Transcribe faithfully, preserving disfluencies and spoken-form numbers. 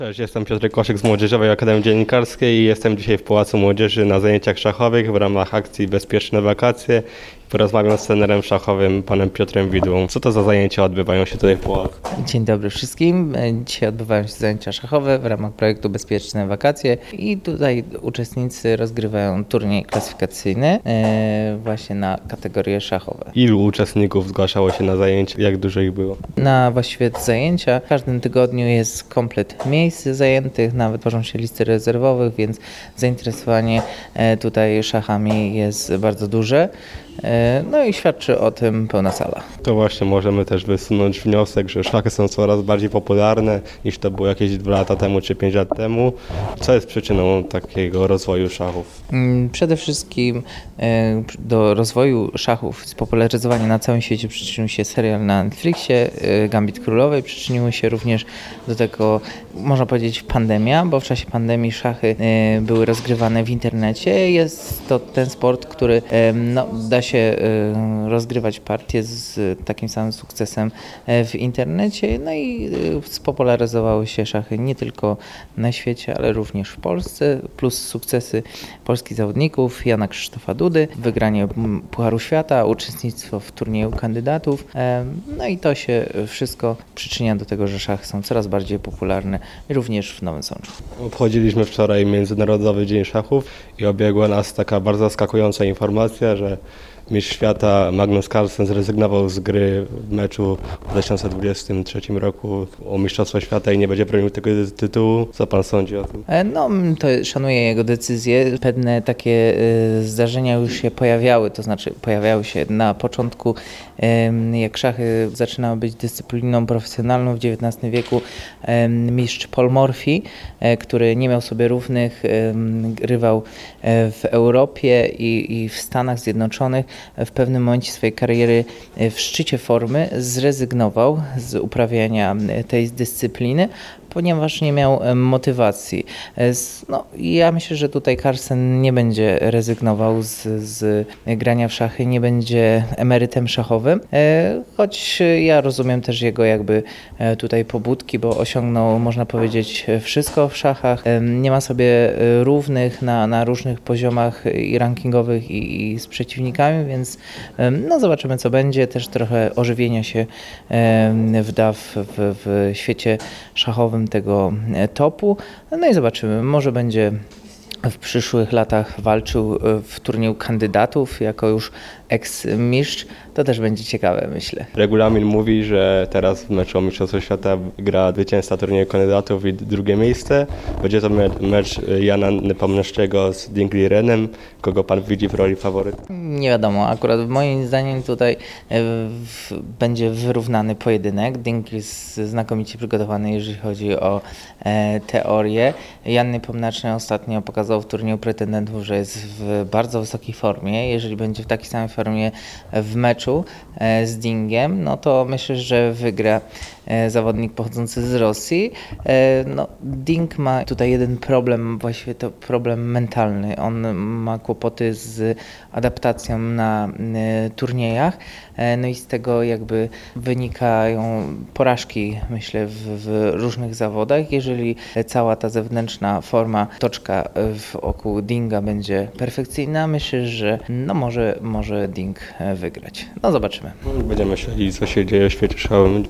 Cześć, jestem Piotr Koszyk z Młodzieżowej Akademii Dziennikarskiej i jestem dzisiaj w Pałacu Młodzieży na zajęciach szachowych w ramach akcji Bezpieczne Wakacje. Porozmawiam z trenerem szachowym, panem Piotrem Widłą. Co to za zajęcia odbywają się tutaj w Pałacu? Dzień dobry wszystkim. Dzisiaj odbywają się zajęcia szachowe w ramach projektu Bezpieczne Wakacje i tutaj uczestnicy rozgrywają turniej klasyfikacyjny e, właśnie na kategorie szachowe. Ilu uczestników zgłaszało się na zajęcia? Jak dużo ich było? Na właściwie zajęcia w każdym tygodniu jest komplet miejsc zajętych, nawet tworzą się listy rezerwowych, więc zainteresowanie e, tutaj szachami jest bardzo duże. No i świadczy o tym pełna sala. To właśnie możemy też wysunąć wniosek, że szachy są coraz bardziej popularne niż to było jakieś dwa lata temu czy pięć lat temu. Co jest przyczyną takiego rozwoju szachów? Przede wszystkim do rozwoju szachów, spopularyzowania na całym świecie przyczynił się serial na Netflixie Gambit Królowej. Przyczyniły się również do tego, można powiedzieć, pandemia, bo w czasie pandemii szachy były rozgrywane w internecie. Jest to ten sport, który no, da się rozgrywać partie z takim samym sukcesem w internecie, no i spopularyzowały się szachy nie tylko na świecie, ale również w Polsce, plus sukcesy polskich zawodników, Jana Krzysztofa Dudy, wygranie Pucharu Świata, uczestnictwo w turnieju kandydatów, no i to się wszystko przyczynia do tego, że szachy są coraz bardziej popularne również w Nowym Sączu. Obchodziliśmy wczoraj Międzynarodowy Dzień Szachów i obiegła nas taka bardzo zaskakująca informacja, że mistrz świata Magnus Carlsen zrezygnował z gry w meczu w dwa tysiące dwudziestym trzecim roku o Mistrzostwo Świata i nie będzie bronił tego tytułu. Co pan sądzi o tym? No, to szanuję jego decyzję. Pewne takie zdarzenia już się pojawiały, to znaczy pojawiały się na początku, jak szachy zaczynały być dyscypliną profesjonalną w dziewiętnastym wieku. Mistrz Paul Morphy, który nie miał sobie równych, grywał w Europie i, i w Stanach Zjednoczonych. W pewnym momencie swojej kariery w szczycie formy zrezygnował z uprawiania tej dyscypliny, ponieważ nie miał motywacji. No, ja myślę, że tutaj Carlsen nie będzie rezygnował z, z grania w szachy, nie będzie emerytem szachowym, choć ja rozumiem też jego jakby tutaj pobudki, bo osiągnął, można powiedzieć, wszystko w szachach. Nie ma sobie równych na, na różnych poziomach i rankingowych i, i z przeciwnikami, więc no zobaczymy, co będzie. Też trochę ożywienia się wda w, w, w świecie szachowym tego topu. No i zobaczymy, może będzie w przyszłych latach walczył w turnieju kandydatów jako już eks-mistrz. To też będzie ciekawe, myślę. Regulamin mówi, że teraz w meczu o Mistrzostwo Świata gra zwycięzca turnieju kandydatów i drugie miejsce. Będzie to mecz Jana Nepomuckiego z Dingley Renem. Kogo pan widzi w roli faworyta? Nie wiadomo, akurat moim zdaniem tutaj w, będzie wyrównany pojedynek. Dingley jest znakomicie przygotowany, jeżeli chodzi o e, teorię. Jan Nepomniaczny ostatnio pokazał w turnieju pretendentów, że jest w bardzo wysokiej formie. Jeżeli będzie w takiej samej formie w meczu e, z Dingiem, no to myślę, że wygra e, zawodnik pochodzący z Rosji. E, no, Ding ma tutaj jeden problem, właściwie to problem mentalny. On ma kłopoty z adaptacją na e, turniejach, e, no i z tego jakby wynikają porażki, myślę, w, w różnych zawodach. Jeżeli cała ta zewnętrzna forma, toczka wokół Dinga będzie perfekcyjna, myślę, że no może, może Ding wygrać. No zobaczymy. Będziemy śledzić, co się dzieje w świecie szachowym.